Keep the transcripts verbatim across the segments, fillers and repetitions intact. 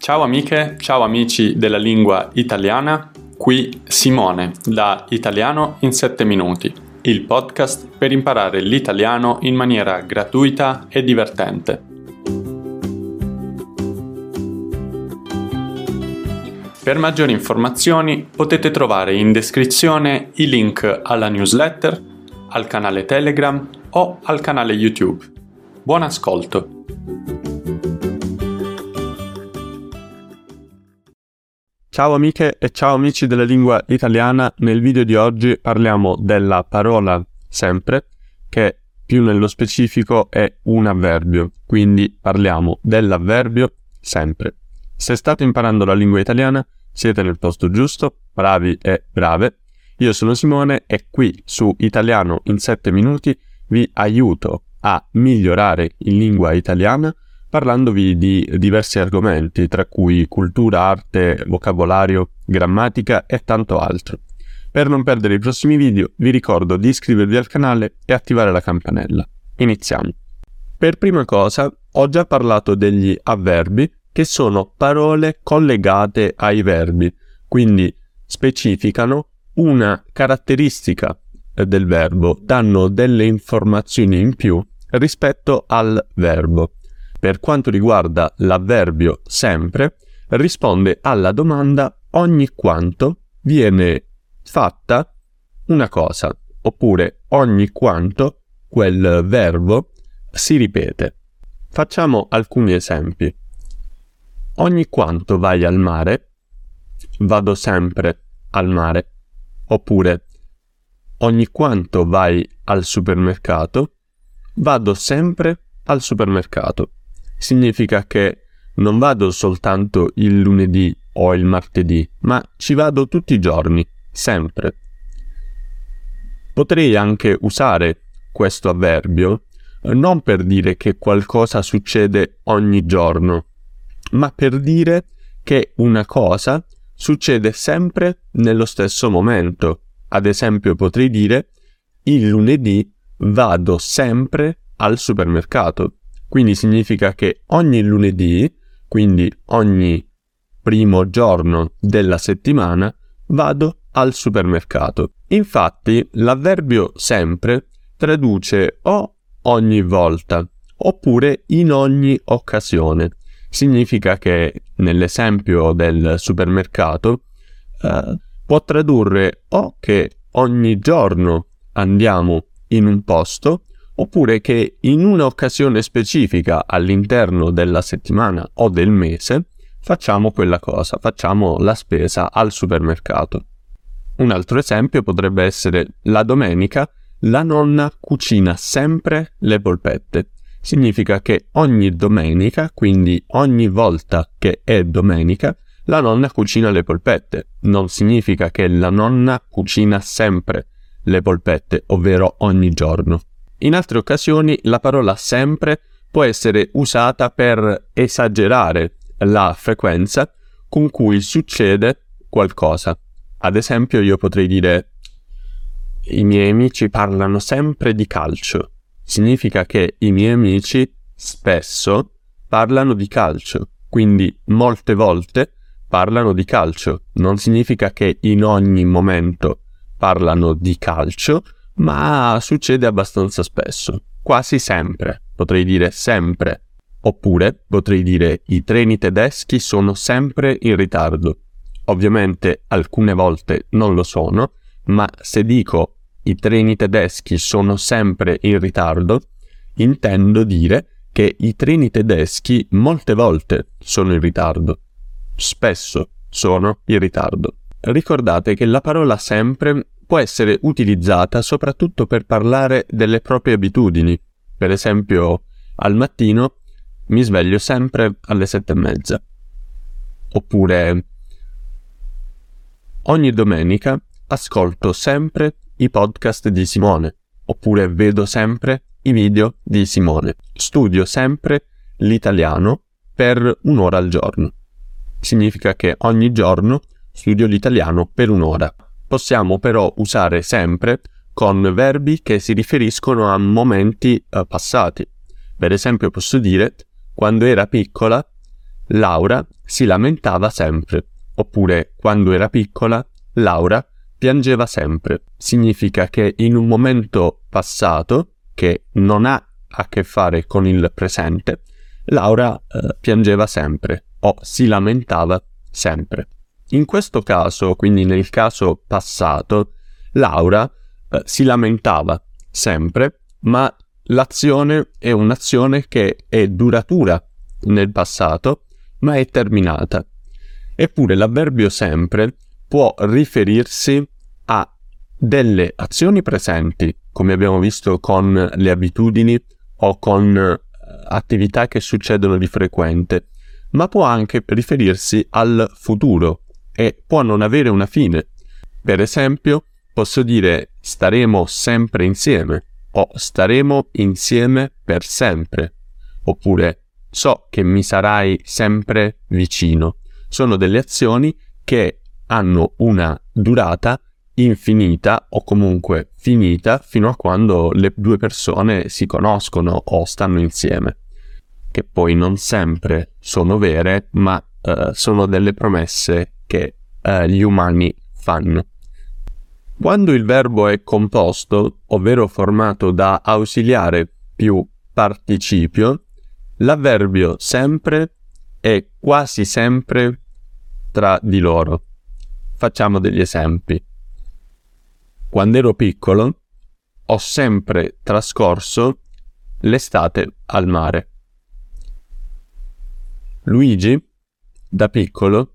Ciao amiche, ciao amici della lingua italiana, qui Simone da Italiano in sette minuti, il podcast per imparare l'italiano in maniera gratuita e divertente. Per maggiori informazioni potete trovare in descrizione i link alla newsletter, al canale Telegram o al canale YouTube. Buon ascolto! Ciao amiche e ciao amici della lingua italiana, nel video di oggi parliamo della parola sempre, che più nello specifico è un avverbio, quindi parliamo dell'avverbio sempre. Se state imparando la lingua italiana siete nel posto giusto, bravi e brave. Io sono Simone e qui su Italiano in sette minuti vi aiuto a migliorare in lingua italiana parlandovi di diversi argomenti, tra cui cultura, arte, vocabolario, grammatica e tanto altro. Per non perdere i prossimi video, vi ricordo di iscrivervi al canale e attivare la campanella. Iniziamo. Per prima cosa, ho già parlato degli avverbi, che sono parole collegate ai verbi, quindi specificano una caratteristica del verbo, danno delle informazioni in più rispetto al verbo. Per quanto riguarda l'avverbio sempre, risponde alla domanda ogni quanto viene fatta una cosa, oppure ogni quanto quel verbo si ripete. Facciamo alcuni esempi. Ogni quanto vai al mare? Vado sempre al mare. Oppure ogni quanto vai al supermercato? Vado sempre al supermercato. Significa che non vado soltanto il lunedì o il martedì, ma ci vado tutti i giorni, sempre. Potrei anche usare questo avverbio non per dire che qualcosa succede ogni giorno, ma per dire che una cosa succede sempre nello stesso momento. Ad esempio potrei dire il lunedì vado sempre al supermercato. Quindi significa che ogni lunedì, quindi ogni primo giorno della settimana, vado al supermercato. Infatti l'avverbio sempre traduce o ogni volta oppure in ogni occasione. Significa che nell'esempio del supermercato eh, può tradurre o che ogni giorno andiamo in un posto, oppure che in un'occasione specifica all'interno della settimana o del mese facciamo quella cosa, facciamo la spesa al supermercato. Un altro esempio potrebbe essere la domenica la nonna cucina sempre le polpette. Significa che ogni domenica, quindi ogni volta che è domenica, la nonna cucina le polpette. Non significa che la nonna cucina sempre le polpette, ovvero ogni giorno. In altre occasioni la parola sempre può essere usata per esagerare la frequenza con cui succede qualcosa. Ad esempio io potrei dire i miei amici parlano sempre di calcio. Significa che i miei amici spesso parlano di calcio, quindi molte volte parlano di calcio. Non significa che in ogni momento parlano di calcio, ma succede abbastanza spesso, quasi sempre, potrei dire sempre. Oppure potrei dire i treni tedeschi sono sempre in ritardo. Ovviamente alcune volte non lo sono, ma se dico i treni tedeschi sono sempre in ritardo, intendo dire che i treni tedeschi molte volte sono in ritardo, spesso sono in ritardo. Ricordate che la parola sempre può essere utilizzata soprattutto per parlare delle proprie abitudini. Per esempio, al mattino mi sveglio sempre alle sette e mezza. Oppure, ogni domenica ascolto sempre i podcast di Simone. Oppure vedo sempre i video di Simone. Studio sempre l'italiano per un'ora al giorno. Significa che ogni giorno studio l'italiano per un'ora. Possiamo però usare sempre con verbi che si riferiscono a momenti eh, passati. Per esempio posso dire, quando era piccola, Laura si lamentava sempre. Oppure, quando era piccola, Laura piangeva sempre. Significa che in un momento passato, che non ha a che fare con il presente, Laura eh, piangeva sempre o si lamentava sempre. In questo caso, quindi nel caso passato, Laura eh, si lamentava sempre, ma l'azione è un'azione che è duratura nel passato, ma è terminata. Eppure l'avverbio sempre può riferirsi a delle azioni presenti, come abbiamo visto con le abitudini o con eh, attività che succedono di frequente, ma può anche riferirsi al futuro e può non avere una fine. Per esempio, posso dire staremo sempre insieme o staremo insieme per sempre, oppure so che mi sarai sempre vicino. Sono delle azioni che hanno una durata infinita o comunque finita fino a quando le due persone si conoscono o stanno insieme, che poi non sempre sono vere, ma eh, sono delle promesse che eh, gli umani fanno. Quando il verbo è composto, ovvero formato da ausiliare più participio, l'avverbio sempre è quasi sempre tra di loro. Facciamo degli esempi. Quando ero piccolo, ho sempre trascorso l'estate al mare. Luigi, da piccolo,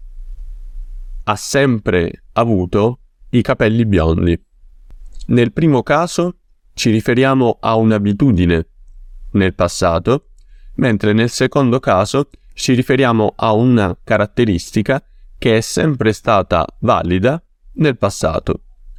ha sempre avuto i capelli biondi. Nel primo caso ci riferiamo a un'abitudine nel passato, mentre nel secondo caso ci riferiamo a una caratteristica che è sempre stata valida nel passato.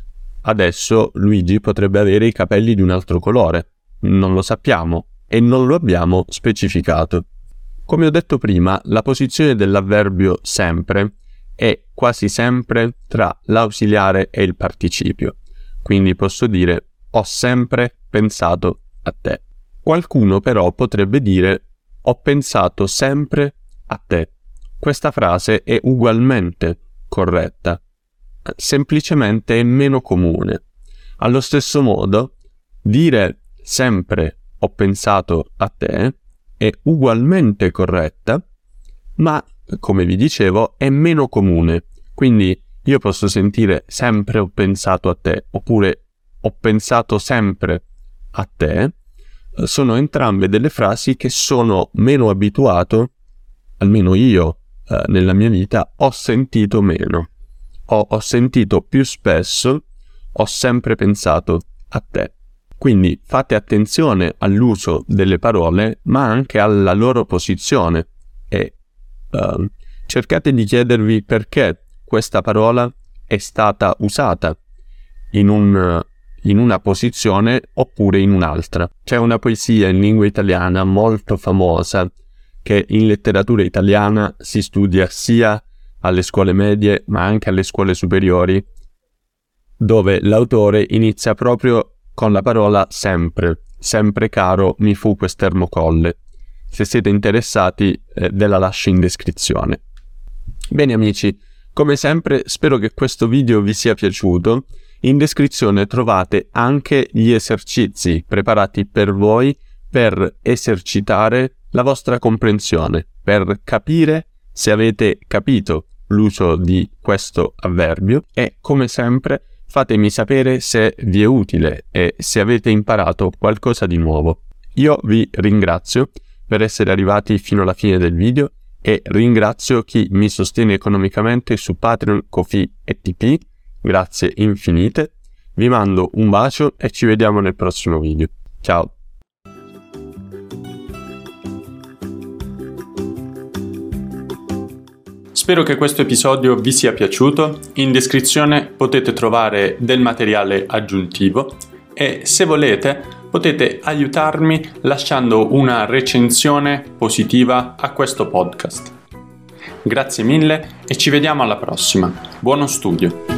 Adesso Luigi potrebbe avere i capelli di un altro colore, non lo sappiamo e non lo abbiamo specificato. Come ho detto prima, la posizione dell'avverbio sempre è quasi sempre tra l'ausiliare e il participio, quindi posso dire ho sempre pensato a te. Qualcuno però potrebbe dire ho pensato sempre a te. Questa frase è ugualmente corretta, semplicemente è meno comune. Allo stesso modo, dire sempre ho pensato a te è ugualmente corretta, ma come vi dicevo è meno comune. Quindi io posso sentire sempre ho pensato a te oppure ho pensato sempre a te. Sono entrambe delle frasi che sono meno abituato, almeno io eh, nella mia vita ho sentito meno. Ho, ho sentito più spesso ho sempre pensato a te. Quindi fate attenzione all'uso delle parole, ma anche alla loro posizione e uh, cercate di chiedervi perché questa parola è stata usata in, un, in una posizione oppure in un'altra. C'è una poesia in lingua italiana molto famosa che in letteratura italiana si studia sia alle scuole medie ma anche alle scuole superiori, dove l'autore inizia proprio con la parola sempre. Sempre caro mi fu quest'ermocolle. Se siete interessati eh, ve la lascio in descrizione. Bene amici, come sempre spero che questo video vi sia piaciuto. In descrizione trovate anche gli esercizi preparati per voi per esercitare la vostra comprensione, per capire se avete capito l'uso di questo avverbio e, come sempre, fatemi sapere se vi è utile e se avete imparato qualcosa di nuovo. Io vi ringrazio per essere arrivati fino alla fine del video e ringrazio chi mi sostiene economicamente su Patreon, Ko-fi e T P. Grazie infinite. Vi mando un bacio e ci vediamo nel prossimo video. Ciao! Spero che questo episodio vi sia piaciuto. In descrizione potete trovare del materiale aggiuntivo e se volete potete aiutarmi lasciando una recensione positiva a questo podcast. Grazie mille e ci vediamo alla prossima. Buono studio!